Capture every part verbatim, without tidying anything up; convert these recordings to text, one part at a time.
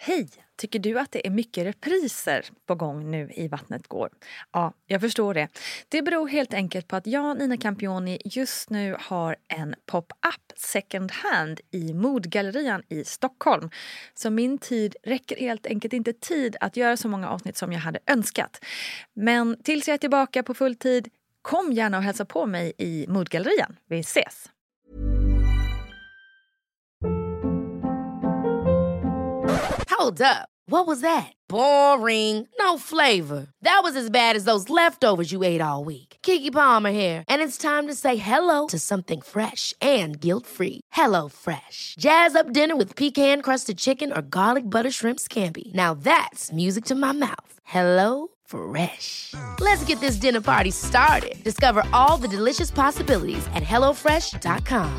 Hej! Tycker du att det är mycket repriser på gång nu i Vattnet går? Ja, jag förstår det. Det beror helt enkelt på att jag, Nina Campioni, just nu har en pop-up second hand i Modgallerian i Stockholm. Så min tid räcker helt enkelt inte tid att göra så många avsnitt som jag hade önskat. Men tills jag är tillbaka på full tid, kom gärna och hälsa på mig i Modgallerian. Vi ses! Hold up. What was that? Boring. No flavor. That was as bad as those leftovers you ate all week. Keke Palmer here, and it's time to say hello to something fresh and guilt-free. Hello Fresh. Jazz up dinner with pecan-crusted chicken or garlic butter shrimp scampi. Now that's music to my mouth. Hello Fresh. Let's get this dinner party started. Discover all the delicious possibilities at hello fresh dot com.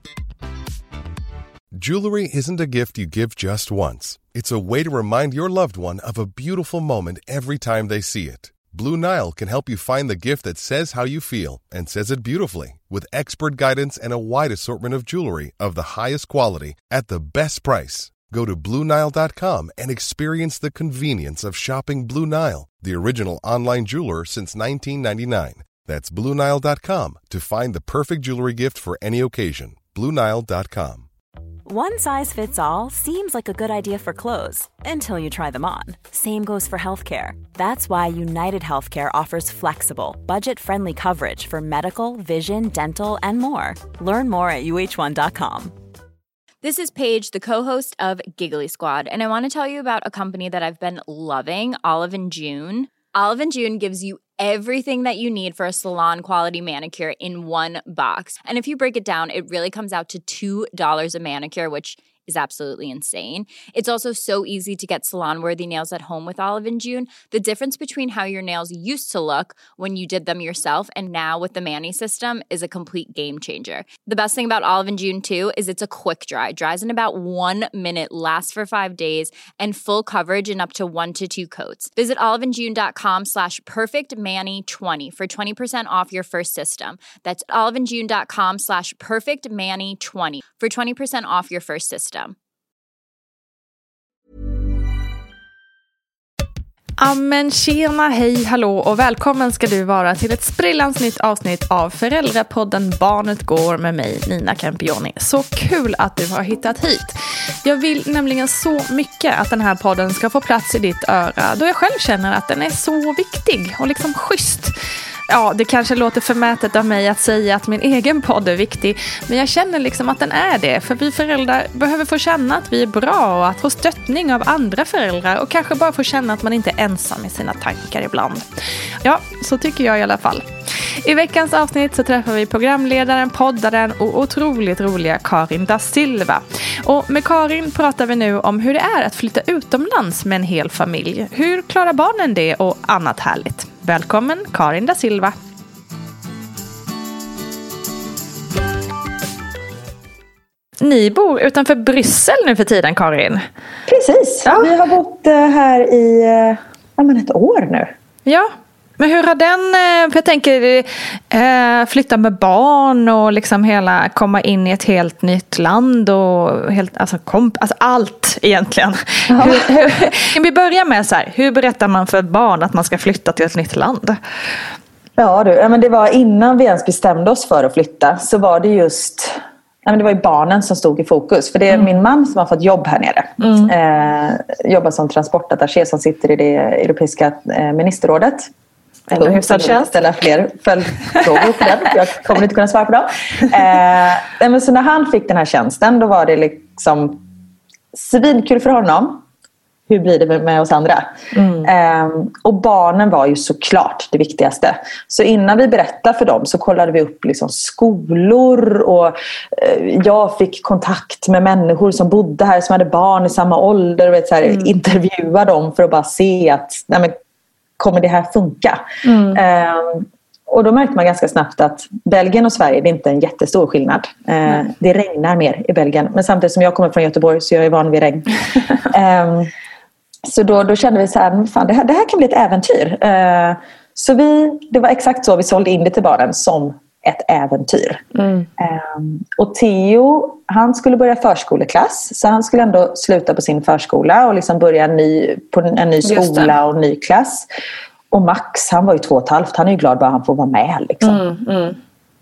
Jewelry isn't a gift you give just once. It's a way to remind your loved one of a beautiful moment every time they see it. Blue Nile can help you find the gift that says how you feel and says it beautifully, with expert guidance and a wide assortment of jewelry of the highest quality at the best price. Go to blue nile dot com and experience the convenience of shopping Blue Nile, the original online jeweler since nineteen ninety-nine. That's blue nile dot com to find the perfect jewelry gift for any occasion. blue nile dot com. One size fits all seems like a good idea for clothes until you try them on. Same goes for healthcare. That's why United Healthcare offers flexible, budget-friendly coverage for medical, vision, dental, and more. Learn more at u h one dot com. This is Paige, the co-host of Giggly Squad, and I want to tell you about a company that I've been loving, Olive and June. Olive and June gives you everything that you need for a salon-quality manicure in one box. And if you break it down, it really comes out to two dollars a manicure, which is absolutely insane. It's also so easy to get salon-worthy nails at home with Olive and June. The difference between how your nails used to look when you did them yourself and now with the Mani system is a complete game changer. The best thing about Olive and June, too, is it's a quick dry. Dries in about one minute, lasts for five days, and full coverage in up to one to two coats. Visit oliveandjune.com slash perfectmani20 for twenty percent off your first system. That's oliveandjune.com slash perfectmani20 for twenty percent off your first system. Amen, tjena, hej, hallå och välkommen ska du vara till ett sprillans nytt avsnitt av Föräldrapodden Barnet går med mig, Nina Campioni. Så kul att du har hittat hit. Jag vill nämligen så mycket att den här podden ska få plats i ditt öra, då jag själv känner att den är så viktig och liksom schysst. Ja, det kanske låter förmätet av mig att säga att min egen podd är viktig, men jag känner liksom att den är det, för vi föräldrar behöver få känna att vi är bra och att få stöttning av andra föräldrar och kanske bara få känna att man inte är ensam i sina tankar ibland. Ja, så tycker jag i alla fall. I veckans avsnitt så träffar vi programledaren, poddaren och otroligt roliga Karin da Silva. Och med Karin pratar vi nu om hur det är att flytta utomlands med en hel familj. Hur klarar barnen det och annat härligt. Välkommen Karin da Silva. Ni bor utanför Bryssel nu för tiden, Karin. Precis, ja. Vi har bott här i ja, men ett år nu. Ja, men hur har den, för jag tänker flytta med barn och liksom hela, komma in i ett helt nytt land och helt, alltså, komp, alltså allt egentligen. Ja. Hur, hur, kan vi börja med så här, hur berättar man för barn att man ska flytta till ett nytt land? Ja du, ja, men det var innan vi ens bestämde oss för att flytta så var det just... Ja, men det var ju barnen som stod i fokus. För det är mm. min man som har fått jobb här nere. Mm. Eh, jobbar som transportattaché som sitter i det europeiska eh, ministerrådet. Ändå hyfsad tjänst. Ställa fler följdfrågor på den. Jag kommer inte kunna svara på dem. Eh, men så när han fick den här tjänsten, då var det liksom svinkul för honom. Hur blir det med oss andra? Mm. Eh, och barnen var ju såklart det viktigaste. Så innan vi berättade för dem så kollade vi upp liksom skolor. Och eh, jag fick kontakt med människor som bodde här, som hade barn i samma ålder. Och vet, så här, mm. intervjua dem för att bara se att nej, men, kommer det här funka? Mm. Eh, och då märkte man ganska snabbt att Belgien och Sverige, det är inte en jättestor skillnad. Eh, mm. Det regnar mer i Belgien. Men samtidigt som jag kommer från Göteborg så jag är van vid regn. eh, Så då, då kände vi så här, fan, det här, det här kan bli ett äventyr. Eh, så vi, det var exakt så vi sålde in det till barnen som ett äventyr. Mm. Um, och Theo, han skulle börja förskoleklass, så han skulle ändå sluta på sin förskola och liksom börja en ny, på en ny skola och en ny klass. Och Max, han var ju två och ett halvt, han är ju glad bara han får vara med liksom. Mm, mm.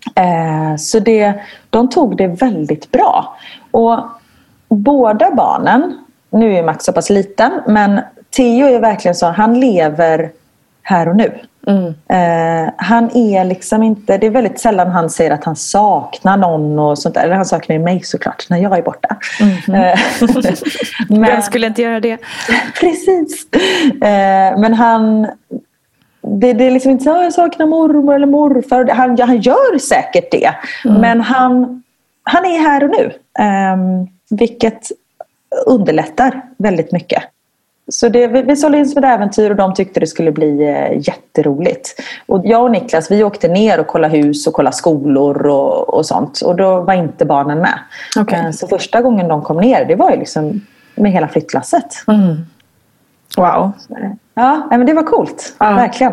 Uh, så det, de tog det väldigt bra. Och båda barnen, nu är Max så pass liten, men Theo är verkligen så, han lever här och nu. Mm. Uh, han är liksom inte, det är väldigt sällan han säger att han saknar någon och sånt där. Eller han saknar mig såklart när jag är borta. Mm. Uh, men vem skulle inte göra det? Precis. Uh, men han det, det är liksom inte så att jag saknar mormor eller morfar. Han, han gör säkert det. Mm. Men han, han är här och nu. Um, vilket underlättar väldigt mycket. Så det, vi, vi sålde in som ett äventyr och de tyckte det skulle bli eh, jätteroligt. Och jag och Niklas, vi åkte ner och kollade hus och kollade skolor och, och sånt. Och då var inte barnen med. Okay. Eh, så första gången de kom ner, det var ju liksom med hela flyttklasset. Mm. Wow. Ja, men det var coolt. Ja. Verkligen.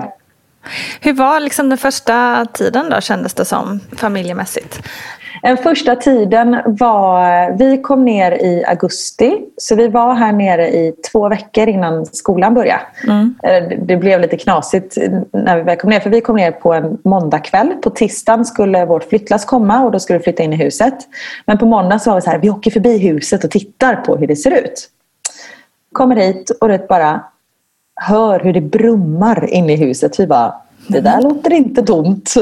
Hur var liksom den första tiden då, kändes det som, familjemässigt? Den första tiden var, vi kom ner i augusti, så vi var här nere i två veckor innan skolan började. Mm. Det blev lite knasigt när vi kom ner, för vi kom ner på en måndagkväll. På tisdagen skulle vårt flyttlass komma och då skulle vi flytta in i huset. Men på måndag så var vi så här, vi åker förbi huset och tittar på hur det ser ut. Kommer hit och det bara hör hur det brummar inne i huset. Vi bara, det där mm. låter inte tomt.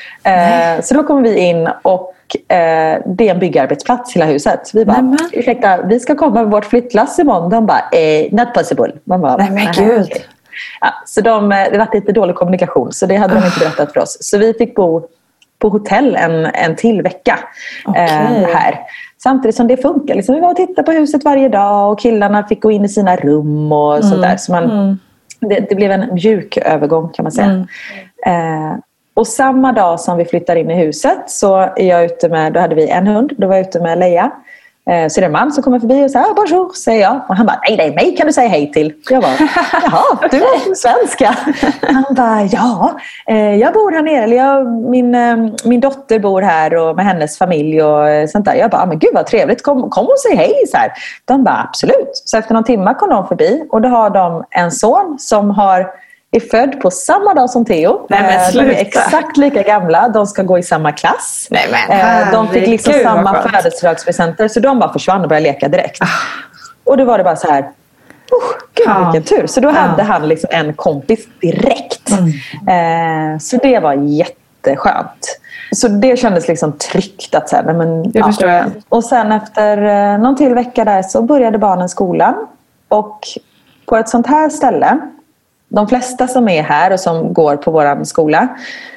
Eh, så då kommer vi in och eh, det är en byggarbetsplats hela huset. Vi bara, nej, ursäkta, vi ska komma med vårt flyttlass imorgon. De bara, eh, not possible. Man bara, nej men gud. Ja, så de, det var lite dålig kommunikation, så det hade de inte berättat för oss. Så vi fick bo på hotell en, en till vecka okay. eh, här. Samtidigt som det funkar. Liksom, vi var och tittade på huset varje dag och killarna fick gå in i sina rum och mm. sånt där. Så man, mm. det, det blev en mjuk övergång kan man säga. Mm. Eh, och samma dag som vi flyttar in i huset så är jag ute med, då hade vi en hund, då var jag ute med Leia. Eh, så det är en man som kommer förbi och säger, bonjour, säger jag. Och han bara, nej, nej, mig kan du säga hej till. Jag bara, jaha, du är svenska. Han bara, ja, eh, jag bor här nere. Eller jag, min, eh, min dotter bor här och med hennes familj och sånt där. Jag bara, men gud vad trevligt, kom, kom och säg hej. Så här. De bara, absolut. Så efter någon timme kom de förbi och då har de en son som har är född på samma dag som Theo. Nej, men sluta. De är exakt lika gamla. De ska gå i samma klass. Nej, men, de fick liksom samma födelsedagspresenter. Så de bara försvann och började leka direkt. Ah. Och då var det bara så här. Oh, gud ah. vilken tur. Så då ah. hade han liksom en kompis direkt. Mm. Eh, så det var jätteskönt. Så det kändes liksom tryggt att säga. Men, jag förstår jag. Och sen efter eh, någon till vecka där så började barnen skolan. Och på ett sånt här ställe, de flesta som är här och som går på vår skola,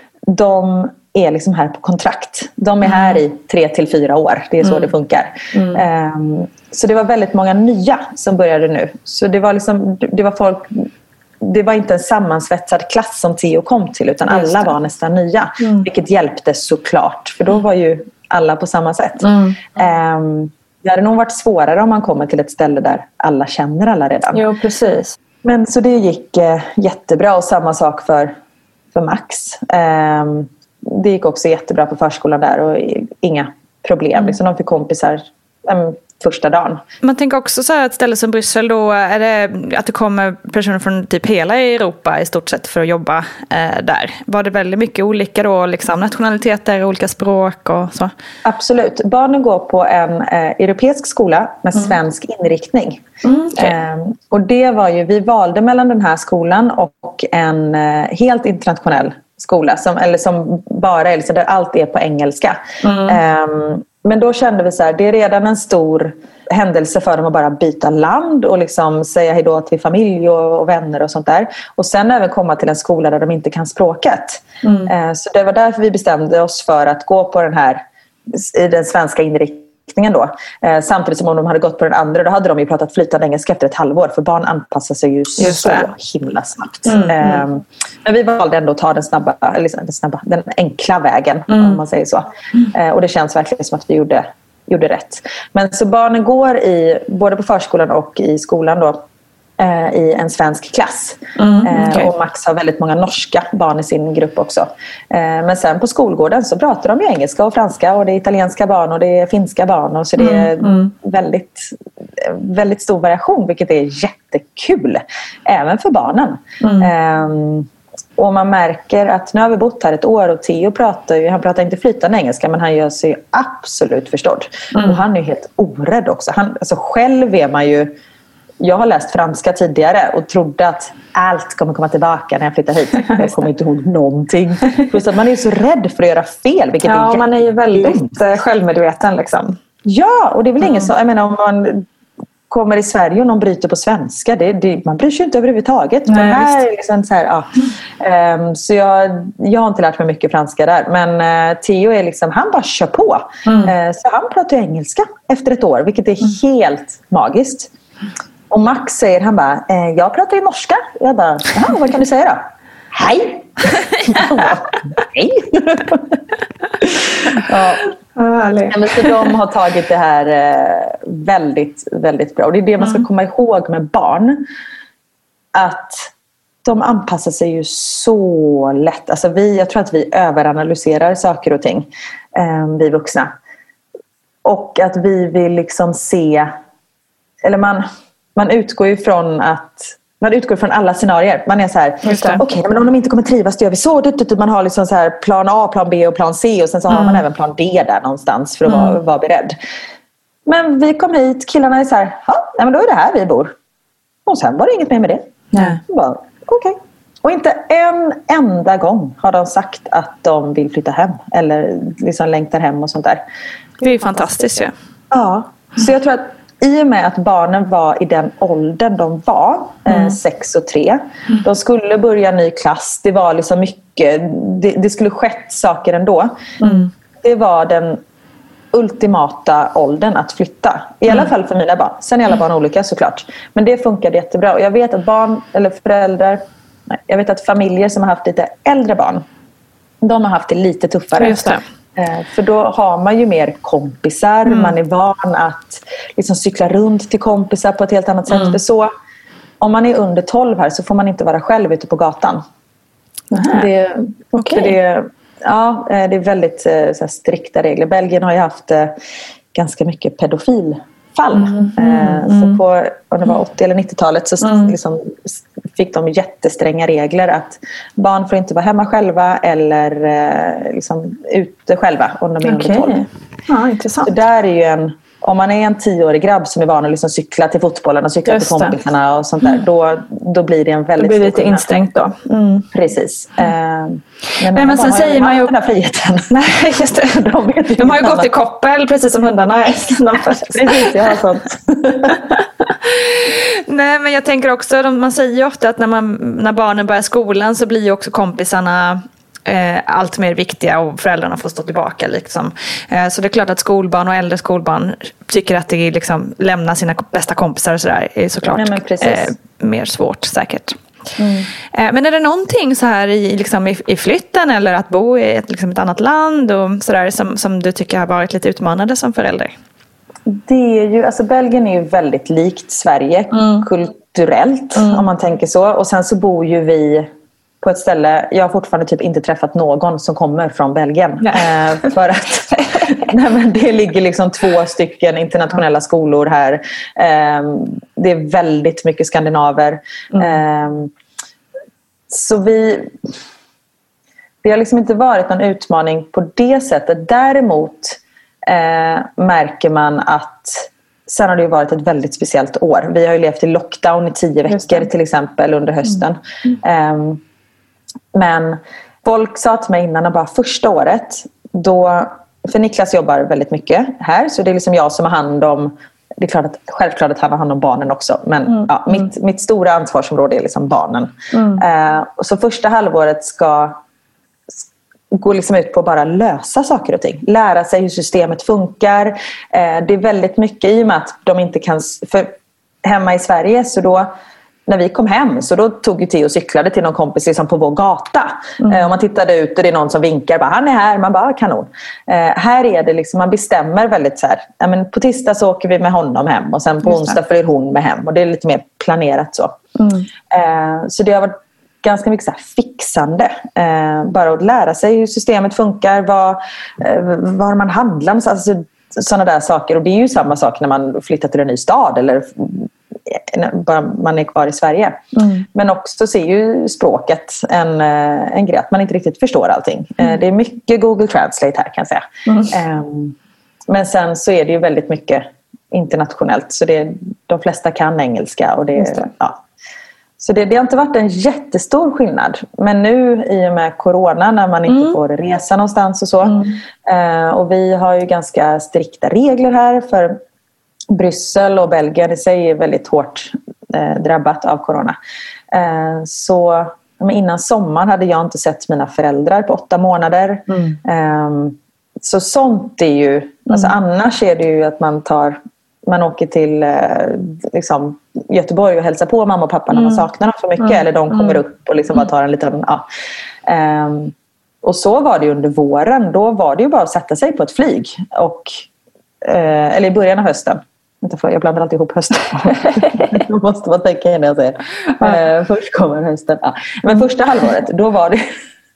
de är liksom här på kontrakt. De är mm. här i tre till fyra år. Det är så mm. det funkar. Mm. Um, så det var väldigt många nya som började nu. Så det var liksom, det var folk, det var inte en sammansvetsad klass som Theo kom till, utan alla var nästan nya. Mm. Vilket hjälpte såklart. För då var ju alla på samma sätt. Mm. Um, det hade nog varit svårare om man kommer till ett ställe där alla känner alla redan. Jo, precis. Men så det gick eh, jättebra, och samma sak för, för Max. Eh, det gick också jättebra på förskolan där och inga problem. Mm. Liksom, de fick kompisar eh, första dagen. Man tänker också så här, ett ställe som Bryssel då, är det att det kommer personer från typ hela Europa i stort sett för att jobba eh, där. Var det väldigt mycket olika då, liksom nationaliteter, olika språk och så? Absolut. Barnen går på en eh, europeisk skola med mm. svensk inriktning. Mm, okay. eh, och det var ju, vi valde mellan den här skolan och en eh, helt internationell skola som, eller som bara är liksom, där allt är på engelska. Mm. Eh, Men då kände vi så här, det är redan en stor händelse för dem att bara byta land och liksom säga hej då till familj och, och vänner och sånt där. Och sen även komma till en skola där de inte kan språket. Mm. Eh, så det var därför vi bestämde oss för att gå på den här, i den svenska inriktningen då. Eh, samtidigt som om de hade gått på den andra, då hade de ju pratat flytande engelska efter ett halvår. För barn anpassar sig ju Just så det. himla snabbt. Mm. Eh, men vi valde ändå att ta den snabba, eller den, snabba, den enkla vägen, mm. om man säger så. Mm. Och det känns verkligen som att vi gjorde, gjorde rätt. Men så barnen går i, både på förskolan och i skolan då, eh, i en svensk klass. Mm, okay. eh, och Max har väldigt många norska barn i sin grupp också. Eh, men sen på skolgården så pratar de ju engelska och franska, och det är italienska barn och det är finska barn, och så det är mm, mm. väldigt, väldigt stor variation, vilket är jättekul även för barnen. Mm. Eh, Och man märker att nu har vi bott här ett år, och Theo pratar ju, han pratar inte flytande engelska, men han gör sig absolut förstådd. Mm. Och han är helt orädd också. Han, alltså själv är man ju, jag har läst franska tidigare och trodde att allt kommer komma tillbaka när jag flyttar hit. Jag kommer inte ihåg någonting. Plus att man är så rädd för att göra fel, vilket ja, är man är ju väldigt dumt. Självmedveten liksom. Ja, och det är väl mm. ingen så, jag menar om man kommer i Sverige och någon bryter på svenska, det, det, man bryr sig inte överhuvudtaget. Nej, det här är liksom så här, ja. um, så jag, jag har inte lärt mig mycket franska där, men uh, Theo är liksom, han bara kör på. Mm. Uh, så han pratar engelska efter ett år, vilket är mm. helt magiskt. Och Max säger, han bara, uh, jag pratar ju norska. Jag bara, vad kan du säga då? Hej! Hej! Ja. Ja, men så de har tagit det här väldigt, väldigt bra. Och det är det man ska mm. komma ihåg med barn. Att de anpassar sig ju så lätt. Alltså vi, jag tror att vi överanalyserar saker och ting. Eh, vi vuxna. Och att vi vill liksom se... Eller man, man utgår ju från att... Man utgår från alla scenarier. Man är så här, okej, okay, men om de inte kommer trivas, då gör vi så. Man har liksom så här plan A, plan B och plan C. Och sen så mm. har man även plan D där någonstans för att mm. vara, vara beredd. Men vi kom hit, killarna är så här, ja, men då är det här vi bor. Och sen var det inget mer med det. Nej. Bara, okej. Okay. Och inte en enda gång har de sagt att de vill flytta hem. Eller liksom längtar hem och sånt där. Det är fantastiskt ju. Ja. ja, så jag tror att i och med att barnen var i den åldern de var, mm. eh, sex och tre. Mm. De skulle börja ny klass. Det var liksom mycket, det, det skulle skett saker ändå. Mm. Det var den ultimata åldern att flytta. I alla mm. fall för mina barn. Sen är alla barn olika såklart. Men det funkade jättebra. Och jag vet att barn, eller föräldrar, nej, jag vet att familjer som har haft lite äldre barn, de har haft det lite tuffare. Just det. För då har man ju mer kompisar. Mm. Man är van att liksom cykla runt till kompisar på ett helt annat sätt. Mm. För så, om man är under tolv här så får man inte vara själv ute på gatan. Mm. Det, okay. det, ja, det är väldigt så här, strikta regler. Belgien har ju haft eh, ganska mycket pedofilfall. Mm. Mm. Så på om det var åttio- eller nittiotalet så mm. liksom, fick de jättestränga regler att barn får inte vara hemma själva eller eh, liksom, ute själva om de är okay. under tolv. Ja, intressant. Så där är ju en, om man är en tioårig grabb som är van att liksom cykla till fotbollen och cykla Just till kompisarna och sånt där, mm. då, då blir det en väldigt... Då blir det lite instängt då. Mm. Precis. Mm. Eh, men Nej, men sen säger man ju... den här friheten. Nej, just det. De, vet de har ju gått i koppel, precis som hundarna. Precis, jag har sånt. Nej, men jag tänker också, man säger ju ofta att när, man, när barnen börjar skolan så blir ju också kompisarna eh, allt mer viktiga och föräldrarna får stå tillbaka liksom. Eh, så det är klart att skolbarn och äldre skolbarn tycker att det liksom lämna sina bästa kompisar och sådär är såklart Nej, eh, mer svårt säkert. Mm. Eh, men är det någonting så här i, liksom i, i flytten eller att bo i ett, liksom ett annat land och sådär som, som du tycker har varit lite utmanande som förälder? Det är ju, alltså Belgien är ju väldigt likt Sverige mm. kulturellt mm. om man tänker så. Och sen så bor ju vi på ett ställe, jag har fortfarande typ inte träffat någon som kommer från Belgien. Eh, för att nej, men det ligger liksom två stycken internationella skolor här. Eh, det är väldigt mycket skandinaver. Mm. Eh, så vi... Det har liksom inte varit någon utmaning på det sättet. Däremot eh, märker man att sen har det ju varit ett väldigt speciellt år. Vi har ju levt i lockdown i tio veckor till exempel under hösten. Mm. Mm. Eh, men folk sa till mig innan och bara första året då, för Niklas jobbar väldigt mycket här så det är liksom jag som har hand om, det är klart att, självklart att han har hand om barnen också men mm. ja, mitt, mitt stora ansvarsområde är liksom barnen. Mm. Eh, och så första halvåret ska gå liksom ut på att bara lösa saker och ting. Lära sig hur systemet funkar. Eh, det är väldigt mycket i och med att de inte kan, för hemma i Sverige så då när vi kom hem så då tog ju Theo och cyklade till någon kompis liksom på vår gata. Mm. Eh, och man tittade ut och det är någon som vinkar. Bara, han är här. Man bara, kanon. Eh, här är det liksom, man bestämmer väldigt så här. Ja, men på tisdag så åker vi med honom hem. Och sen på onsdag följer hon med hem. Och det är lite mer planerat så. Mm. Eh, så det har varit ganska mycket så här fixande. Eh, bara att lära sig hur systemet funkar. Vad, eh, vad man handlar om. Alltså, sådana där saker. Och det är ju samma sak när man flyttar till en ny stad. Eller bara man är kvar i Sverige. Mm. Men också ser ju språket en, en grej att man inte riktigt förstår allting. Mm. Det är mycket Google Translate här kan jag säga. Mm. Um, men sen så är det ju väldigt mycket internationellt. Så det, de flesta kan engelska. Och det, det. Ja. Så det, det har inte varit en jättestor skillnad. Men nu i och med corona när man inte mm. får resa någonstans och så. Mm. Uh, och vi har ju ganska strikta regler här för Bryssel och Belgien i sig är väldigt hårt eh, drabbat av corona. Eh, så men innan sommaren hade jag inte sett mina föräldrar på åtta månader. Mm. Eh, så sånt är ju, mm. alltså annars är det ju att man tar, man åker till eh, liksom Göteborg och hälsar på mamma och pappa när man mm. saknar dem för mycket. Mm. Eller de kommer mm. upp och liksom bara tar en liten, ja. Eh, och så var det ju under våren. Då var det ju bara att sätta sig på ett flyg och eh, eller i början av hösten. Jag blandar alltid ihop hösten. Jag måste bara tänka när jag säger. Uh, först kommer hösten. Ja. Men första halvåret, då var det...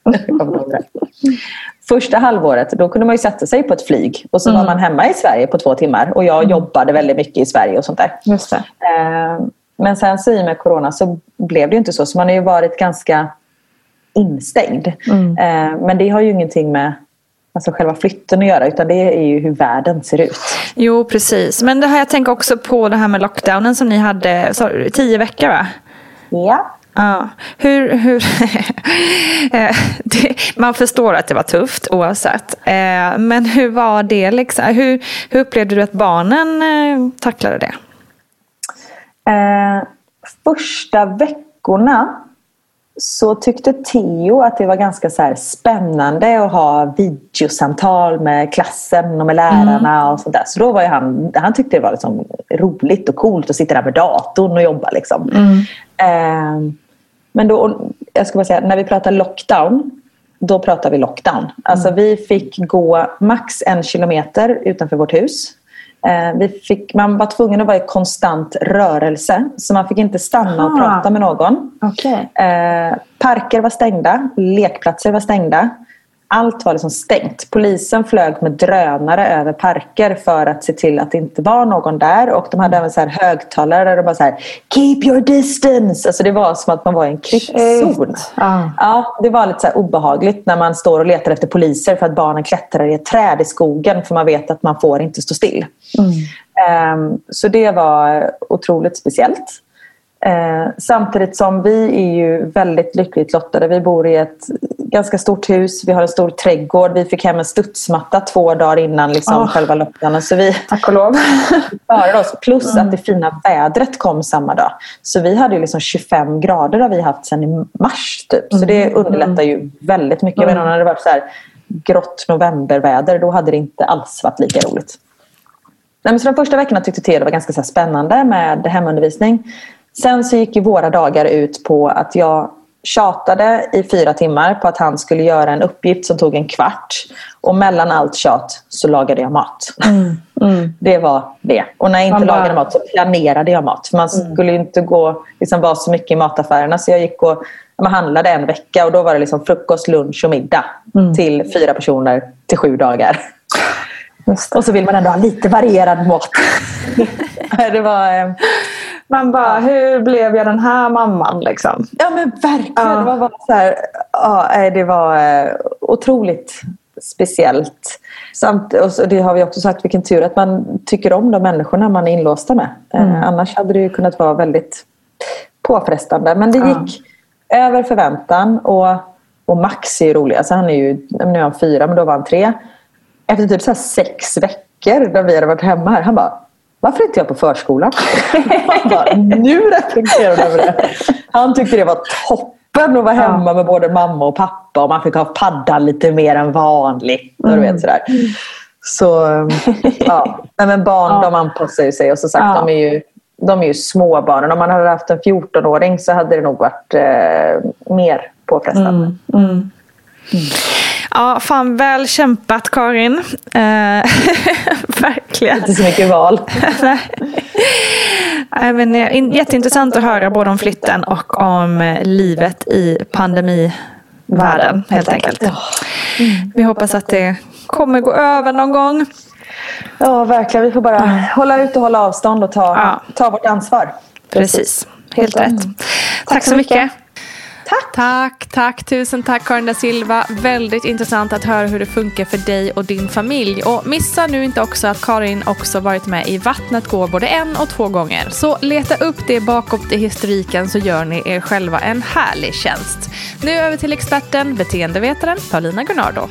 första halvåret, då kunde man ju sätta sig på ett flyg. Och så mm. var man hemma i Sverige på två timmar. Och jag mm. jobbade väldigt mycket i Sverige och sånt där. Just det. Uh, men sen så i och med corona så blev det ju inte så. Så man har ju varit ganska instängd. Mm. Uh, men det har ju ingenting med... alltså själva flytten att göra, utan det är ju hur världen ser ut. Jo, precis. Men det här, jag tänker också på det här med lockdownen som ni hade, så, tio veckor va? Ja. Ja. Hur, hur det, man förstår att det var tufft oavsett. Men hur var det liksom? Hur, hur upplevde du att barnen tacklade det? Eh, första veckorna så tyckte Theo att det var ganska så här spännande att ha videosamtal med klassen och med lärarna mm. och sånt där. Så då var ju han, han tyckte det var liksom roligt och coolt att sitta där med datorn och jobba liksom. Mm. Eh, men då, jag ska bara säga, när vi pratar lockdown, då pratar vi lockdown. Alltså mm. vi fick gå max en kilometer utanför vårt hus. Vi fick, man var tvungen att vara i konstant rörelse. Så man fick inte stanna och prata med någon. Okay. eh, Parker var stängda. Lekplatser var stängda. Allt var liksom stängt. Polisen flög med drönare över parker för att se till att det inte var någon där. Och de hade även så här högtalare där de bara så här: keep your distance. Alltså det var som att man var i en krigszon. Ah. Ja, det var lite så här obehagligt när man står och letar efter poliser för att barnen klättrar i ett träd i skogen för man vet att man får inte stå still. Mm. Um, så det var otroligt speciellt. Eh, samtidigt som vi är ju väldigt lyckligt lottade. Vi bor i ett ganska stort hus. Vi har en stor trädgård. Vi fick hem en studsmatta två dagar innan liksom, oh. själva lockdownen. Så vi tack och lov. oss. Plus mm. att det fina vädret kom samma dag. Så vi hade ju liksom tjugofem grader har vi haft sedan i mars typ. Så mm. det underlättar ju väldigt mycket. Mm. Jag menar, när det var så här grått novemberväder, då hade det inte alls varit lika roligt. Nej, men så de första veckorna tyckte Theo det var ganska så här spännande med hemundervisning. Sen så gick ju våra dagar ut på att jag tjatade i fyra timmar på att han skulle göra en uppgift som tog en kvart. Och mellan allt tjat så lagade jag mat. Mm. Mm. Det var det. Och när jag inte bara... lagade mat så planerade jag mat. För man skulle ju inte gå, liksom, vara så mycket i mataffärerna. Så jag gick och man handlade en vecka och då var det liksom frukost, lunch och middag. Mm. Till fyra personer till sju dagar. Och så vill man ändå ha lite varierad mat. Det var... Eh... Man bara, hur blev jag den här mamman liksom? Ja men verkligen, ja. Det var bara så här, ja, det var eh, otroligt speciellt. Samt, och så, det har vi också sagt, vilken tur att man tycker om de människorna man är inlåsta med. Mm. Eh, annars hade det ju kunnat vara väldigt påfrestande. Men det gick ja. över förväntan och, och Max är ju rolig. Alltså han är ju, nu är han fyra men då var han tre. Efter typ så här sex veckor när vi hade varit hemma här, han bara, varför är inte jag på förskolan? Han bara, nu reflekterar du över det. Han tyckte det var toppen att vara hemma ja. med både mamma och pappa. Och man fick ha paddan lite mer än vanligt. Och du vet, sådär. Så ja, men barn ja. de anpassar sig. Och så sagt, ja. de är ju de är ju små barnen. Om man hade haft en fjortonåring så hade det nog varit eh, mer påfrestande. Mm. Mm. Mm. Ja, fan väl kämpat Karin. Eh, verkligen. Inte så mycket val. Nej, men, eh, jätteintressant att höra både om flytten och om eh, livet i pandemivärlden helt enkelt. Mm. Vi hoppas att det kommer gå över någon gång. Ja, verkligen. Vi får bara mm. hålla ut och hålla avstånd och ta, ja. ta vårt ansvar. Precis, Precis. helt rätt. Tack, tack så mycket. mycket. Tack. tack, tack. Tusen tack Karin da Silva. Väldigt intressant att höra hur det funkar för dig och din familj. Och missa nu inte också att Karin också varit med i Vattnet går både en och två gånger. Så leta upp det bakåt i historiken så gör ni er själva en härlig tjänst. Nu över till experten, beteendevetaren Paulina Gunnardo.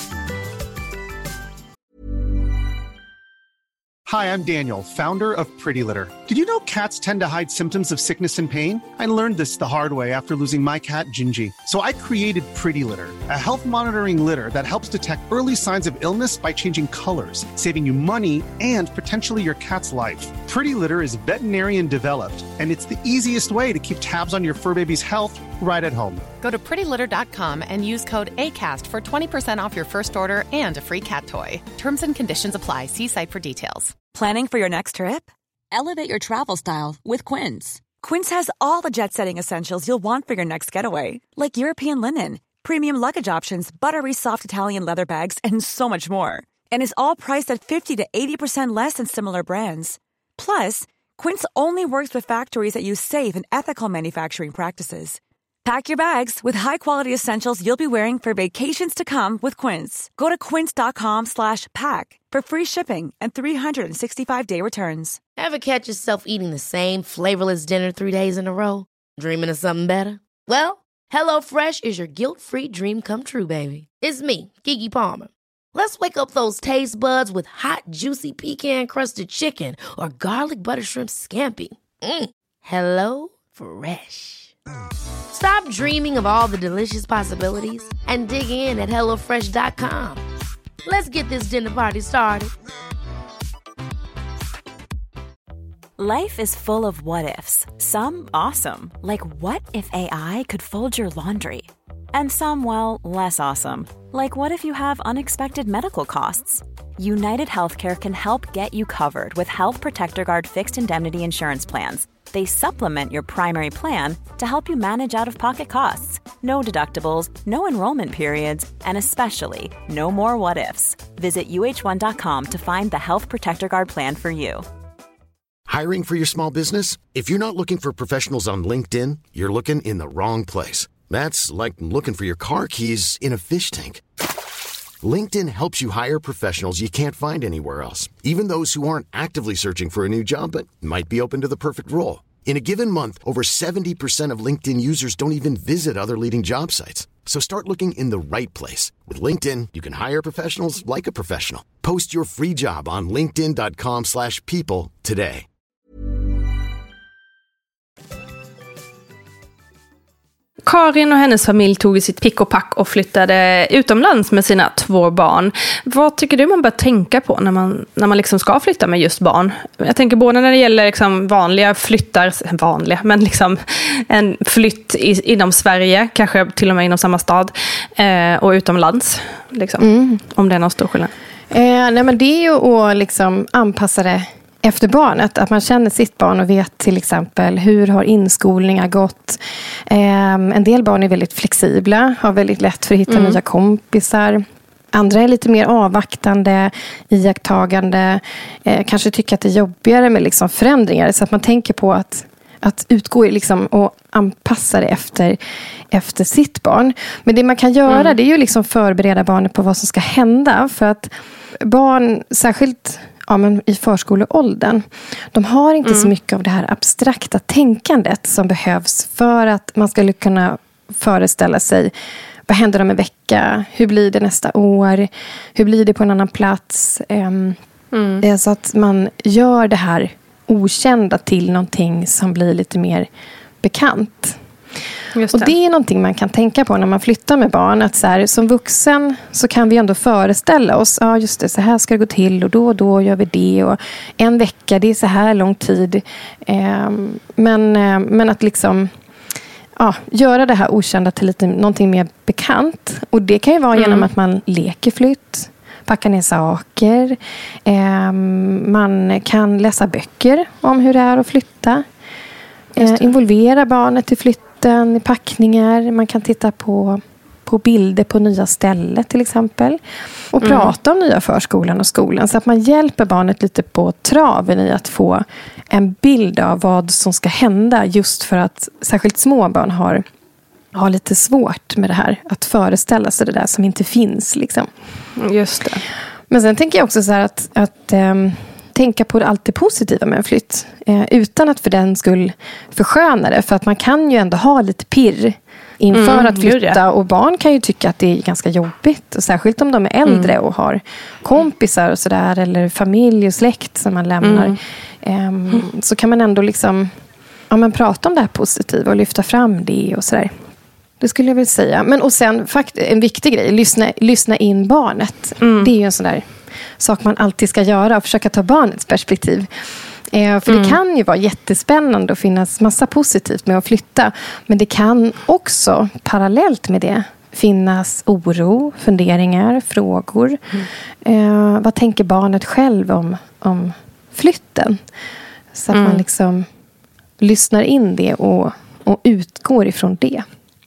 Hi, I'm Daniel, founder of Pretty Litter. Did you know cats tend to hide symptoms of sickness and pain? I learned this the hard way after losing my cat, Gingy. So I created Pretty Litter, a health monitoring litter that helps detect early signs of illness by changing colors, saving you money and potentially your cat's life. Pretty Litter is veterinarian developed, and it's the easiest way to keep tabs on your fur baby's health right at home. Go to pretty litter dot com and use code ACAST for twenty percent off your first order and a free cat toy. Terms and conditions apply. See site for details. Planning for your next trip? Elevate your travel style with Quince. Quince has all the jet-setting essentials you'll want for your next getaway, like European linen, premium luggage options, buttery soft Italian leather bags, and so much more. And is all priced at fifty to eighty percent less than similar brands. Plus, Quince only works with factories that use safe and ethical manufacturing practices. Pack your bags with high-quality essentials you'll be wearing for vacations to come with Quince. Go to quince.com slash pack for free shipping and three sixty-five day returns. Ever catch yourself eating the same flavorless dinner three days in a row? Dreaming of something better? Well, HelloFresh is your guilt-free dream come true, baby. It's me, Keke Palmer. Let's wake up those taste buds with hot, juicy pecan-crusted chicken or garlic butter shrimp scampi. Mm. Hello Fresh. Stop dreaming of all the delicious possibilities and dig in at hello fresh dot com. Let's get this dinner party started. Life is full of what-ifs. Some awesome, like what if A I could fold your laundry? And some, well, less awesome, like what if you have unexpected medical costs? United Healthcare can help get you covered with Health Protector Guard fixed indemnity insurance plans. They supplement your primary plan to help you manage out-of-pocket costs. No deductibles, no enrollment periods, and especially no more what-ifs. Visit U H one dot com to find the Health Protector Guard plan for you. Hiring for your small business? If you're not looking for professionals on LinkedIn, you're looking in the wrong place. That's like looking for your car keys in a fish tank. LinkedIn helps you hire professionals you can't find anywhere else, even those who aren't actively searching for a new job but might be open to the perfect role. In a given month, over seventy percent of LinkedIn users don't even visit other leading job sites. So start looking in the right place. With LinkedIn, you can hire professionals like a professional. Post your free job on linkedin dot com slash people today. Karin och hennes familj tog sitt pick och pack och flyttade utomlands med sina två barn. Vad tycker du man bör tänka på när man, när man liksom ska flytta med just barn? Jag tänker både när det gäller liksom vanliga flyttar, vanliga, men liksom en flytt i, inom Sverige, kanske till och med inom samma stad, eh, och utomlands, liksom, mm. om det är någon stor skillnad. Eh, nej men det är ju att liksom anpassa det efter barnet, att man känner sitt barn och vet till exempel hur har inskolningar gått. Eh, en del barn är väldigt flexibla, har väldigt lätt för att hitta mm. nya kompisar. Andra är lite mer avvaktande, iakttagande, eh, kanske tycker att det är jobbigare med liksom förändringar, så att man tänker på att, att utgå liksom och anpassa det efter, efter sitt barn. Men det man kan göra mm. det är ju liksom förbereda barnet på vad som ska hända, för att barn, särskilt ja, men i förskoleåldern, de har inte mm. så mycket av det här abstrakta tänkandet som behövs för att man skulle kunna föreställa sig vad händer om en vecka, hur blir det nästa år, hur blir det på en annan plats. Um, mm. Så att man gör det här okända till någonting som blir lite mer bekant. Just det. Och det är någonting man kan tänka på när man flyttar med barn. Att så här, som vuxen så kan vi ändå föreställa oss. Ja, just det, så här ska det gå till. Och då och då gör vi det. Och en vecka, det är så här lång tid. Eh, men, eh, men att liksom... Ja, göra det här okända till lite, någonting mer bekant. Och det kan ju vara mm. genom att man leker flytt. Packar ner saker. Eh, man kan läsa böcker om hur det är att flytta. Eh, involvera barnet i flytten, i packningar. Man kan titta på, på bilder på nya ställen till exempel. Och mm. prata om nya förskolan och skolan. Så att man hjälper barnet lite på traven i att få en bild av vad som ska hända. Just för att särskilt små barn har, har lite svårt med det här. Att föreställa sig det där som inte finns. Liksom. Just det. Men sen tänker jag också så här att... att ähm, tänka på allt det positiva med en flytt. Eh, utan att för den skull försköna det. För att man kan ju ändå ha lite pirr inför mm, att flytta. Och barn kan ju tycka att det är ganska jobbigt. Och särskilt om de är äldre mm. och har kompisar och sådär. Eller familj och släkt som man lämnar. Mm. Eh, mm. Så kan man ändå liksom ja, men prata om det här positiva och lyfta fram det och sådär. Det skulle jag vilja säga. Men och sen fakt- en viktig grej. Lyssna, lyssna in barnet. Mm. Det är ju en sån där sak man alltid ska göra och försöka ta barnets perspektiv. Eh, för mm. det kan ju vara jättespännande och finnas massa positivt med att flytta. Men det kan också parallellt med det finnas oro, funderingar, frågor. Mm. Eh, vad tänker barnet själv om, om flytten? Så att mm. man liksom lyssnar in det och, och utgår ifrån det.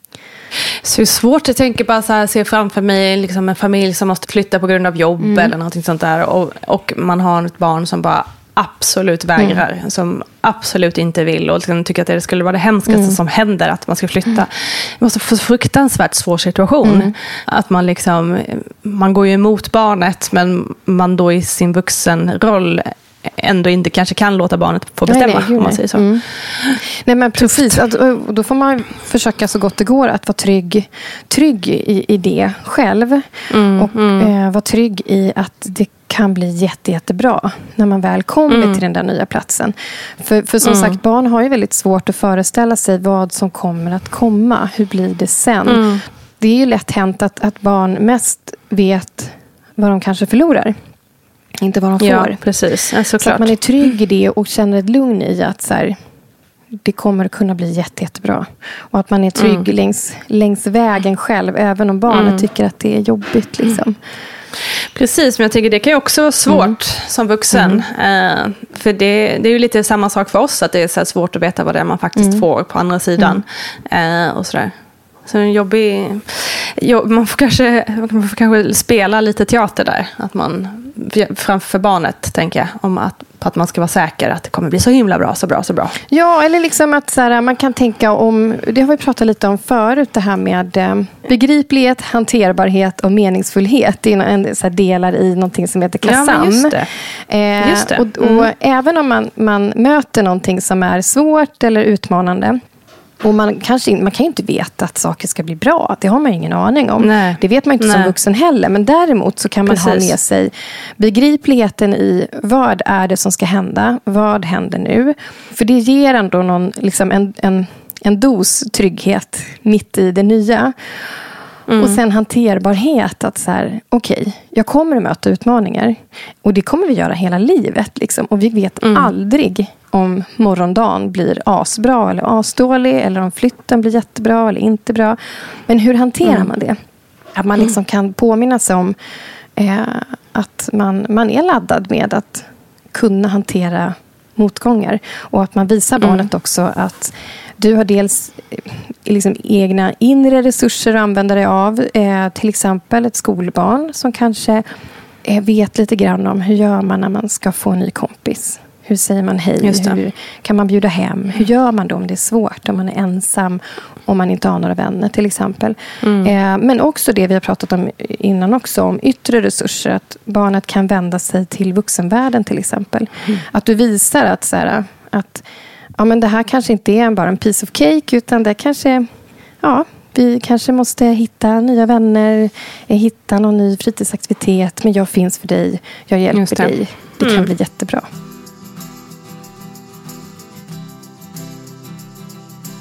Så det är svårt att tänka bara så här, se framför mig liksom en familj som måste flytta på grund av jobb mm. eller någonting sånt där. Och, och man har ett barn som bara absolut vägrar. Mm. Som absolut inte vill och liksom tycker att det skulle vara det hemskaste mm. som händer att man ska flytta. Mm. Det måste få fruktansvärt svår situation. Mm. Att man liksom, man går ju emot barnet men man då i sin vuxenroll ändå inte kanske kan låta barnet få bestämma, nej, nej, om man säger så. Mm. Nej, men precis. Att, då får man försöka så gott det går att vara trygg, trygg i, i det själv. Mm, och mm. Eh, vara trygg i att det kan bli jätte, jättebra när man väl kommer mm. till den där nya platsen. För, för som mm. sagt, barn har ju väldigt svårt att föreställa sig vad som kommer att komma. Hur blir det sen? Mm. Det är ju lätt hänt att, att barn mest vet vad de kanske förlorar. Inte vad de får. Ja, precis. Ja, så att man är trygg i det och känner ett lugn i att så här, det kommer att kunna bli jätte, jättebra. Och att man är trygg mm. längs, längs vägen själv, även om barnet mm. tycker att det är jobbigt. Liksom. Mm. Precis, men jag tycker det kan ju också vara svårt mm. som vuxen. Mm. Uh, för det, det är ju lite samma sak för oss, att det är så här svårt att veta vad det är man faktiskt mm. får på andra sidan. Mm. Uh, och sådär. Så en jobbig... Jo, man, får kanske, man får kanske spela lite teater där. Att man, framför barnet, tänker jag, om att, på att man ska vara säker att det kommer bli så himla bra, så bra, så bra. Ja, eller liksom att så här, man kan tänka om... Det har vi pratat lite om förut, det här med eh, begriplighet, hanterbarhet och meningsfullhet. Det är en, så här, delar i någonting som heter KASAM. Ja, just det. Eh, just det. Och, och mm. även om man, man möter någonting som är svårt eller utmanande... Och man, kanske, man kan ju inte veta att saker ska bli bra. Det har man ingen aning om. Nej. Det vet man inte Nej. som vuxen heller. Men däremot så kan man Precis. ha med sig begripligheten i vad är det som ska hända. Vad händer nu? För det ger ändå någon, liksom en, en, en dos trygghet mitt i det nya. Mm. Och sen hanterbarhet. Att så här, okej, okay, jag kommer att möta utmaningar. Och det kommer vi göra hela livet. Liksom. Och vi vet mm. aldrig om morgondagen blir asbra eller asdålig. Eller om flytten blir jättebra eller inte bra. Men hur hanterar mm. man det? Att man liksom kan påminna sig om eh, att man, man är laddad med att kunna hantera motgångar. Och att man visar mm. barnet också att du har dels liksom egna inre resurser att använda dig av. Eh, till exempel ett skolbarn som kanske eh, vet lite grann om hur gör man när man ska få en ny kompis. Hur säger man hej? Hur kan man bjuda hem? Hur gör man då om det är svårt? Om man är ensam, om man inte har några vänner till exempel. Mm. Eh, men också det vi har pratat om innan också, om yttre resurser. Att barnet kan vända sig till vuxenvärlden till exempel. Mm. Att du visar att, så här, att ja, men det här kanske inte är bara en piece of cake, utan det kanske, ja, vi kanske måste hitta nya vänner, hitta någon ny fritidsaktivitet, men jag finns för dig, jag hjälper det. dig. Det kan mm. bli jättebra.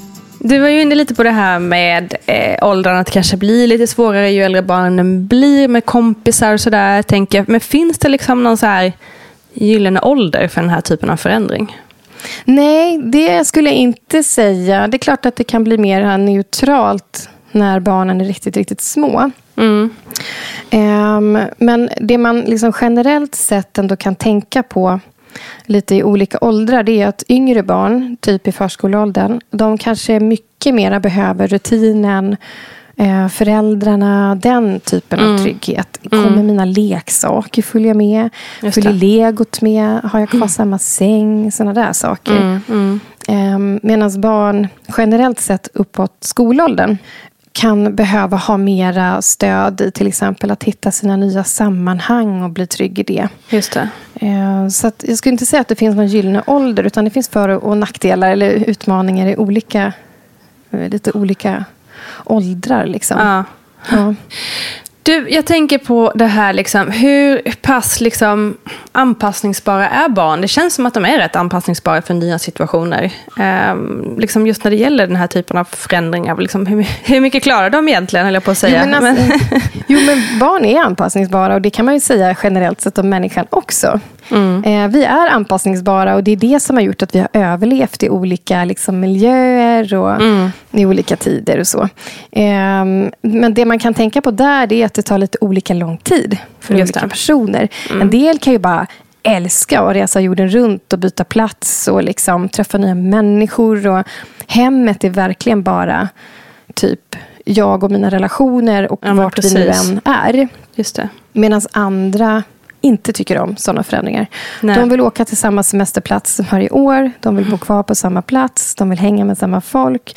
Du var ju inne lite på det här med eh, åldern, att det kanske blir lite svårare ju äldre barnen blir med kompisar och sådär, tänker jag. Men finns det liksom någon så här gyllene ålder för den här typen av förändring? Nej, det skulle jag inte säga. Det är klart att det kan bli mer neutralt när barnen är riktigt, riktigt små. Mm. Um, men det man liksom generellt sett ändå kan tänka på lite i olika åldrar, det är att yngre barn, typ i förskoleåldern, de kanske mycket mer behöver rutinen, eh, föräldrarna, den typen mm. av trygghet. Kommer mm. mina leksaker följa med? Just Följer det. Legot med? Har jag kvar mm. samma säng? Sådana där saker. Mm. Mm. Um, Medan barn generellt sett uppåt skolåldern kan behöva ha mera stöd i till exempel att hitta sina nya sammanhang och bli trygg i det. Just det. Eh, så att jag skulle inte säga att det finns någon gyllene ålder, utan det finns för- och nackdelar eller utmaningar i olika, lite olika åldrar liksom. Ja. Ja. Du, jag tänker på det här liksom, hur pass liksom anpassningsbara är barn? Det känns som att de är rätt anpassningsbara för nya situationer. Ehm, liksom just när det gäller den här typen av förändringar. Liksom, hur, hur mycket klarar de egentligen, höll jag på att säga. Jo men, alltså, jo, men barn är anpassningsbara, och det kan man ju säga generellt sett om människan också. Mm. Eh, vi är anpassningsbara, och det är det som har gjort att vi har överlevt i olika liksom, miljöer och mm. i olika tider och så. Eh, men det man kan tänka på där, det är att det tar lite olika lång tid för Just olika det. personer. Mm. En del kan ju bara älska att resa jorden runt och byta plats och liksom träffa nya människor, och hemmet är verkligen bara typ jag och mina relationer och ja, vart precis. vi nu än är. Just det. Medan andra inte tycker om sådana förändringar. Nej. De vill åka till samma semesterplats varje år. De vill bo kvar på samma plats. De vill hänga med samma folk.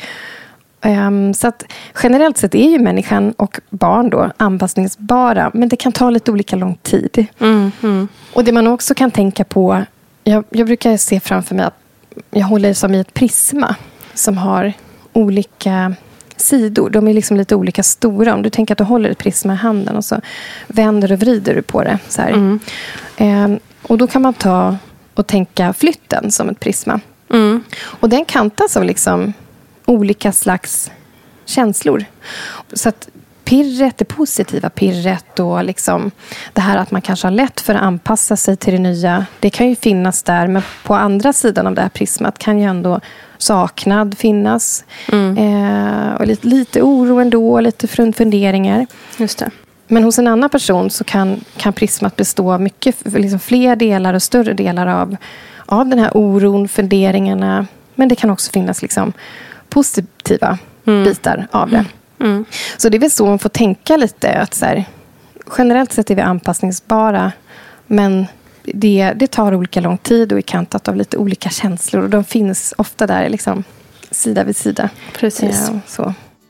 Um, så att generellt sett är ju människan och barn då anpassningsbara. Men det kan ta lite olika lång tid. Mm, mm. Och det man också kan tänka på. Jag, jag brukar se framför mig att jag håller som i ett prisma som har olika sidor. De är liksom lite olika stora. Om du tänker att du håller ett prisma i handen och så vänder och vrider du på det. Så här. Mm. Um, och då kan man ta och tänka flytten som ett prisma. Mm. Och den kantas av liksom olika slags känslor. Så att pirret, det positiva pirret och liksom det här att man kanske har lätt för att anpassa sig till det nya, det kan ju finnas där, men på andra sidan av det här prismat kan ju ändå saknad finnas. Mm. Eh, och lite, lite oro ändå, lite funderingar. Just det. Men hos en annan person så kan, kan prismat bestå av mycket, liksom fler delar och större delar av, av den här oron, funderingarna. Men det kan också finnas liksom positiva mm. bitar av det. Mm. Så det är väl så man får tänka lite. Att så här, generellt sett är vi anpassningsbara. Men det, det tar olika lång tid och är kantat av lite olika känslor. Och de finns ofta där liksom, sida vid sida. Precis. Ja, så.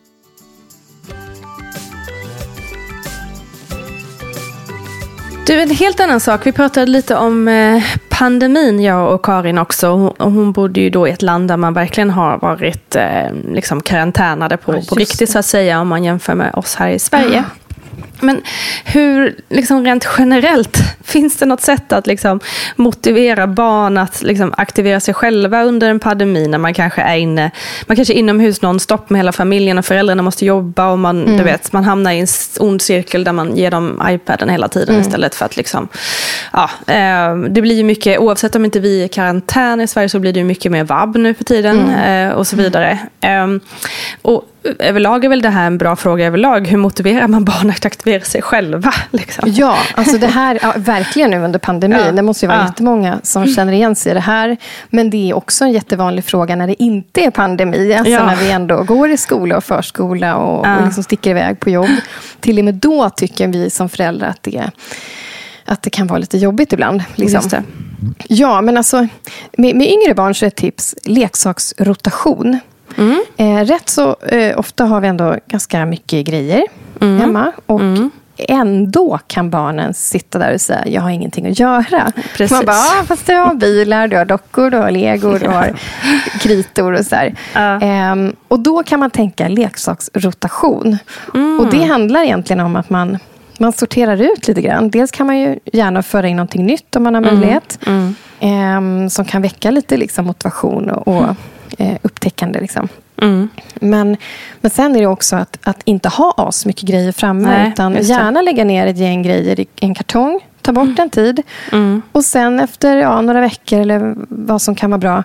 Du, en helt annan sak. Vi pratade lite om eh, pandemin, jag och Karin också. Hon, hon bodde ju då i ett land där man verkligen har varit eh, liksom karantänade på, ja, på riktigt så att säga, om man jämför med oss här i Sverige. Ja. Men hur, liksom rent generellt, finns det något sätt att liksom motivera barn att liksom aktivera sig själva under en pandemi när man kanske är inne, man kanske är inomhus non-stop med hela familjen och föräldrarna måste jobba och man, mm. du vet, man hamnar i en ond cirkel där man ger dem iPaden hela tiden mm. istället för att liksom, ja, eh, det blir ju mycket, oavsett om inte vi är i karantän i Sverige så blir det ju mycket mer vab nu för tiden mm. eh, och så vidare. Eh, och överlag är väl det här en bra fråga överlag. Hur motiverar man barn att aktivera sig själva? Liksom? Ja, alltså det här, ja, verkligen nu under pandemin. Ja. Det måste ju vara ja. jättemånga som känner igen sig i det här. Men det är också en jättevanlig fråga när det inte är pandemi. Alltså ja. när vi ändå går i skola och förskola och, ja. och liksom sticker iväg på jobb. Till och med då tycker vi som föräldrar att det, att det kan vara lite jobbigt ibland. Liksom. Just det. Ja, men alltså med, med yngre barn så är ett tips leksaksrotation. Mm. Eh, rätt så eh, ofta har vi ändå ganska mycket grejer mm. hemma och mm. ändå kan barnen sitta där och säga jag har ingenting att göra. Precis. Man bara, ah, fast du har bilar, du har dockor, du har legor, du har kritor och så här. Uh. Eh, och då kan man tänka leksaksrotation. Mm. Och det handlar egentligen om att man, man sorterar ut lite grann. Dels kan man ju gärna föra in någonting nytt om man har möjlighet. Mm. Mm. Eh, som kan väcka lite liksom, motivation och, och eh, upptäckande liksom. Mm. Men, men sen är det också att, att inte ha as mycket grejer framme. Nej, utan gärna lägga ner ett gäng grejer i en kartong. Ta bort mm. en tid. Mm. Och sen efter ja, några veckor eller vad som kan vara bra,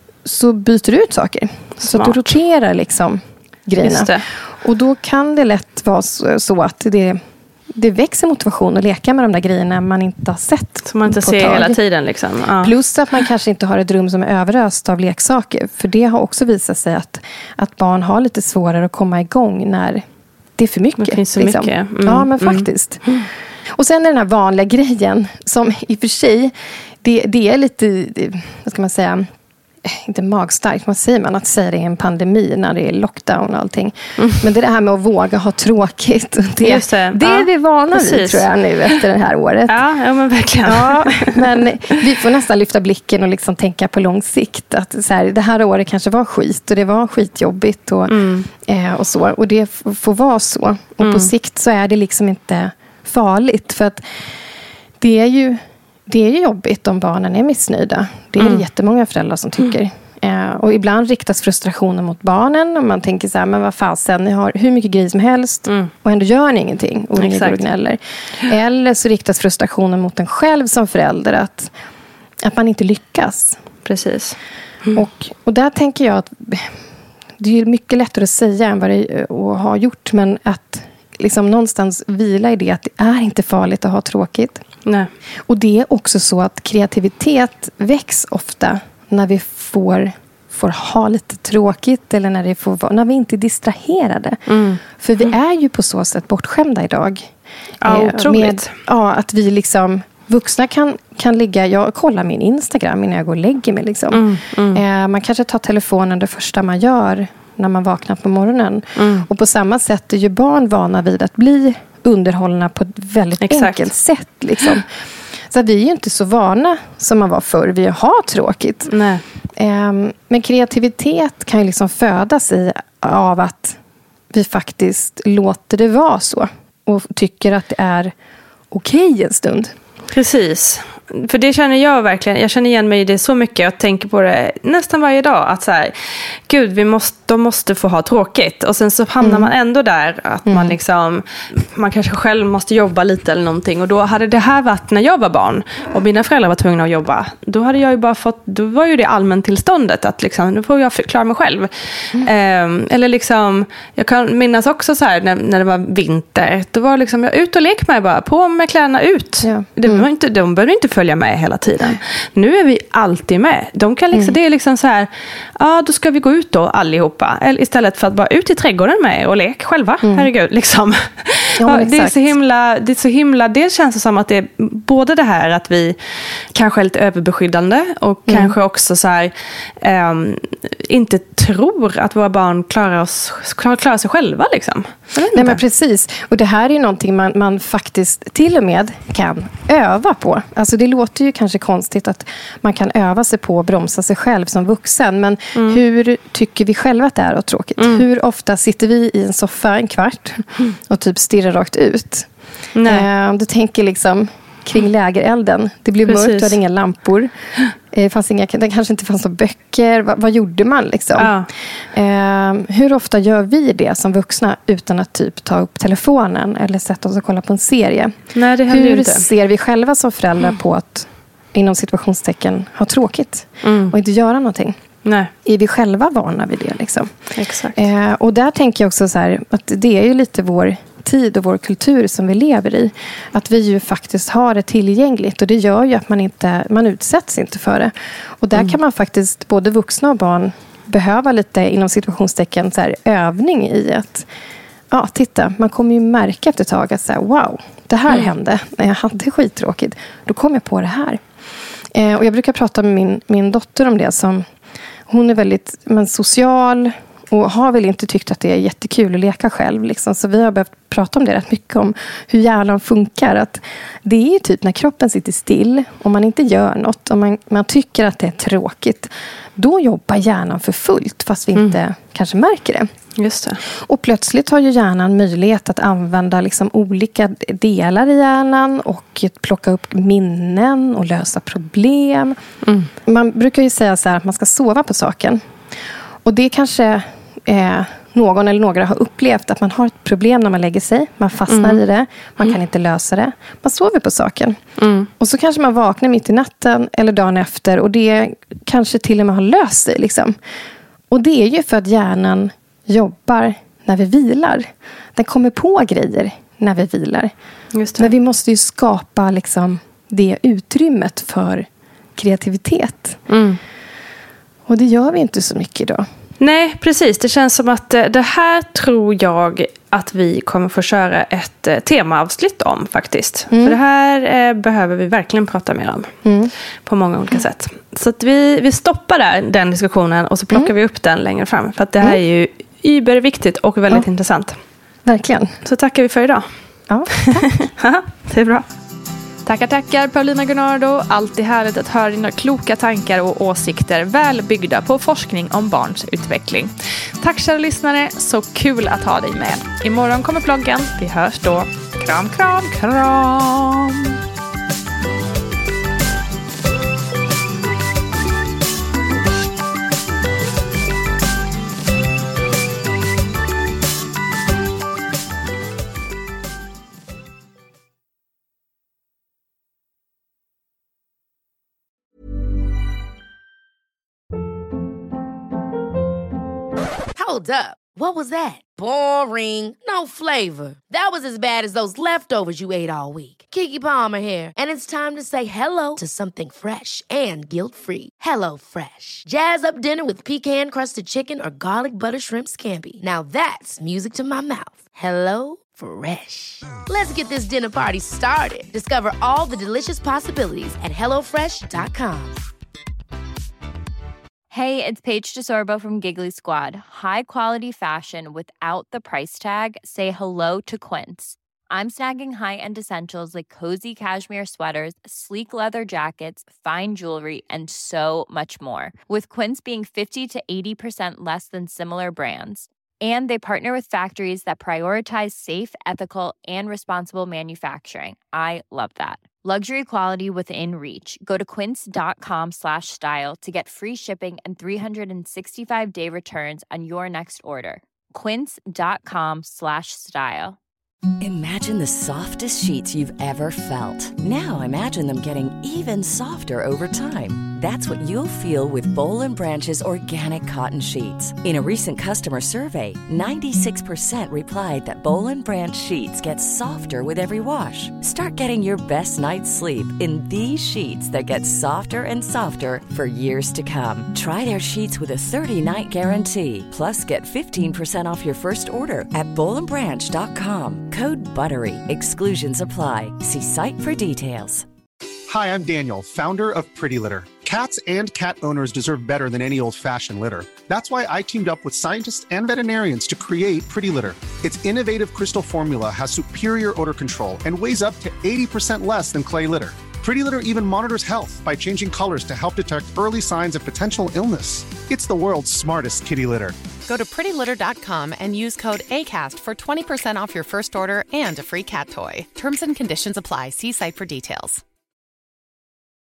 så byter du ut saker. Smart. Så att du roterar liksom grejerna. Och då kan det lätt vara så, så att det, det växer motivation att leka med de där grejerna man inte har sett. Som man inte ser tag. Hela tiden. Liksom. Ja. Plus att man kanske inte har ett rum som är överöst av leksaker. För det har också visat sig att, att barn har lite svårare att komma igång när det är för mycket. Det finns så liksom. mycket. Mm. Ja, men faktiskt. Mm. Och sen är den här vanliga grejen som i och för sig, det, det är lite, vad ska man säga, inte magstarkt, vad säger man, att säga det i en pandemi när det är lockdown och allting. Mm. Men det är det här med att våga ha tråkigt. Det, Just det. det är ja, vi vana precis. vid tror jag nu efter det här året. Ja, ja men verkligen. Ja, men vi får nästan lyfta blicken och liksom tänka på lång sikt. Att så här, det här året kanske var skit och det var skitjobbigt och, mm. eh, och så. Och det f- får vara så. Och mm. på sikt så är det liksom inte farligt. För att det är ju Det är ju jobbigt om barnen är missnöjda. Det är mm. det jättemånga föräldrar som tycker. Mm. Eh, och ibland riktas frustrationen mot barnen. Och man tänker så här, men vad fasen, ni har hur mycket grejer som helst. Mm. Och ändå gör ni ingenting. Och ni går och gnäller. Eller så riktas frustrationen mot en själv som förälder. Att, att man inte lyckas. Precis. Mm. Och, och där tänker jag att det är mycket lättare att säga än vad det och har gjort. Men att liksom någonstans vila i det att det är inte farligt att ha tråkigt. Nej. Och det är också så att kreativitet väcks ofta när vi får, får ha lite tråkigt eller när, det får, när vi inte är distraherade. Mm. För vi är ju på så sätt bortskämda idag. Ja, eh, otroligt. Med, ja, att vi liksom, vuxna kan, kan ligga, jag kollar min Instagram innan jag går och lägger mig. Liksom. Mm, mm. Eh, man kanske tar telefonen det första man gör när man vaknar på morgonen. Mm. Och på samma sätt är ju barn vana vid att bli underhållna på ett väldigt Exakt. enkelt sätt. Liksom. Så vi är ju inte så vana som man var förr. Vi har tråkigt. Nej. Um, men kreativitet kan ju liksom födas i av att vi faktiskt låter det vara så. Och tycker att det är okej okay en stund. Precis. För det känner jag verkligen. Jag känner igen mig i det så mycket. Jag tänker på det nästan varje dag. Att så här, gud, vi måste, de måste få ha tråkigt. Och sen så hamnar mm. man ändå där. Att mm. man liksom, man kanske själv måste jobba lite eller någonting. Och då hade det här varit när jag var barn. Och mina föräldrar var tvungna att jobba. Då hade jag ju bara fått, då var ju det allmäntillståndet. Att liksom, nu får jag klara mig själv. Mm. Eh, eller liksom, jag kan minnas också så här när, när det var vinter. Då var liksom, jag ut och lek med bara. På med kläderna ut. Ja. Mm. Det var inte, de behövde inte följa med hela tiden. Nej. Nu är vi alltid med. De kan liksom, mm. Det är liksom så här, ja, då ska vi gå ut då allihopa. Eller istället för att bara ut i trädgården med och leka själva. Mm. Herregud, liksom. Ja, det är så himla, det är så himla, det känns som att det är både det här att vi kanske är lite överbeskyddande och mm. kanske också så här um, inte tror att våra barn klarar, oss, klarar, klarar sig själva liksom. Nej, men precis. Och det här är ju någonting man, man faktiskt till och med kan öva på. Alltså det låter ju kanske konstigt att man kan öva sig på att bromsa sig själv som vuxen. Men mm. hur tycker vi själva att det är och tråkigt? Mm. Hur ofta sitter vi i en soffa en kvart och typ stirrar rakt ut? Eh, du tänker liksom kring lägerelden. Det blev mörkt, du hade inga lampor. Det, fanns inga, det kanske inte fanns några böcker. Va, vad gjorde man liksom? Ja. Eh, hur ofta gör vi det som vuxna utan att typ ta upp telefonen eller sätta oss och kolla på en serie? Nej, det hur inte. ser vi själva som föräldrar på att inom situationstecken ha tråkigt mm. och inte göra någonting? Nej. Är vi själva vana vid det liksom? Exakt. Eh, och där tänker jag också så här, att det är ju lite vår tid och vår kultur som vi lever i. Att vi ju faktiskt har det tillgängligt. Och det gör ju att man inte, man utsätts inte för det. Och där mm. kan man faktiskt, både vuxna och barn, behöva lite inom situationstecken så här, övning i att, ja, titta, man kommer ju märka efter ett tag att så här, wow, det här mm. hände när jag hade skittråkigt. Då kom jag på det här. Eh, och jag brukar prata med min, min dotter om det som, hon är väldigt men, social och har väl inte tyckt att det är jättekul att leka själv. Liksom. Så vi har behövt prata om det rätt mycket, om hur hjärnan funkar. Att det är ju typ när kroppen sitter still och man inte gör något och man, man tycker att det är tråkigt. Då jobbar hjärnan för fullt fast vi mm. inte kanske märker det. Just det. Och plötsligt har ju hjärnan möjlighet att använda liksom olika delar i hjärnan och plocka upp minnen och lösa problem. Mm. Man brukar ju säga så här att man ska sova på saken. Och det kanske eh, någon eller några har upplevt att man har ett problem när man lägger sig. Man fastnar mm. i det. Man mm. kan inte lösa det. Man sover på saken. Mm. Och så kanske man vaknar mitt i natten eller dagen efter. Och det kanske till och med har löst sig. Liksom. Och det är ju för att hjärnan jobbar när vi vilar. Den kommer på grejer när vi vilar. Just det. Men vi måste ju skapa liksom, det utrymmet för kreativitet. Mm. Och det gör vi inte så mycket idag. Nej, precis. Det känns som att det här tror jag att vi kommer få köra ett temaavsnitt om faktiskt. Mm. För det här eh, behöver vi verkligen prata mer om. Mm. På många olika sätt. Så att vi, vi stoppar där den diskussionen och så plockar mm. vi upp den längre fram. För att det här mm. är ju überviktigt och väldigt ja. intressant. Verkligen. Så tackar vi för idag. Ja, tack. Det är bra. Tackar, tackar Paulina Gunnardo. Alltid härligt att höra dina kloka tankar och åsikter väl byggda på forskning om barns utveckling. Tack kära lyssnare, så kul att ha dig med. Imorgon kommer bloggen. Vi hörs då. Kram, kram, kram. Hold up. What was that? Boring. No flavor. That was as bad as those leftovers you ate all week. Keke Palmer here, and it's time to say hello to something fresh and guilt-free. Hello Fresh. Jazz up dinner with pecan-crusted chicken or garlic butter shrimp scampi. Now that's music to my mouth. Hello Fresh. Let's get this dinner party started. Discover all the delicious possibilities at hello fresh dot com. Hey, it's Paige DeSorbo from Giggly Squad. High quality fashion without the price tag. Say hello to Quince. I'm snagging high-end essentials like cozy cashmere sweaters, sleek leather jackets, fine jewelry, and so much more. With Quince being fifty to eighty percent less than similar brands. And they partner with factories that prioritize safe, ethical, and responsible manufacturing. I love that. Luxury quality within reach. Go to quince.com slash style to get free shipping and three sixty-five day returns on your next order. Quince.com slash style. Imagine the softest sheets you've ever felt. Now imagine them getting even softer over time. That's what you'll feel with Boll and Branch's organic cotton sheets. In a recent customer survey, ninety-six percent replied that Boll and Branch sheets get softer with every wash. Start getting your best night's sleep in these sheets that get softer and softer for years to come. Try their sheets with a thirty-night guarantee. Plus, get fifteen percent off your first order at boll and branch dot com. Code BUTTERY. Exclusions apply. See site for details. Hi, I'm Daniel, founder of Pretty Litter. Cats and cat owners deserve better than any old-fashioned litter. That's why I teamed up with scientists and veterinarians to create Pretty Litter. Its innovative crystal formula has superior odor control and weighs up to eighty percent less than clay litter. Pretty Litter even monitors health by changing colors to help detect early signs of potential illness. It's the world's smartest kitty litter. Go to pretty litter dot com and use code ACAST for twenty percent off your first order and a free cat toy. Terms and conditions apply. See site for details.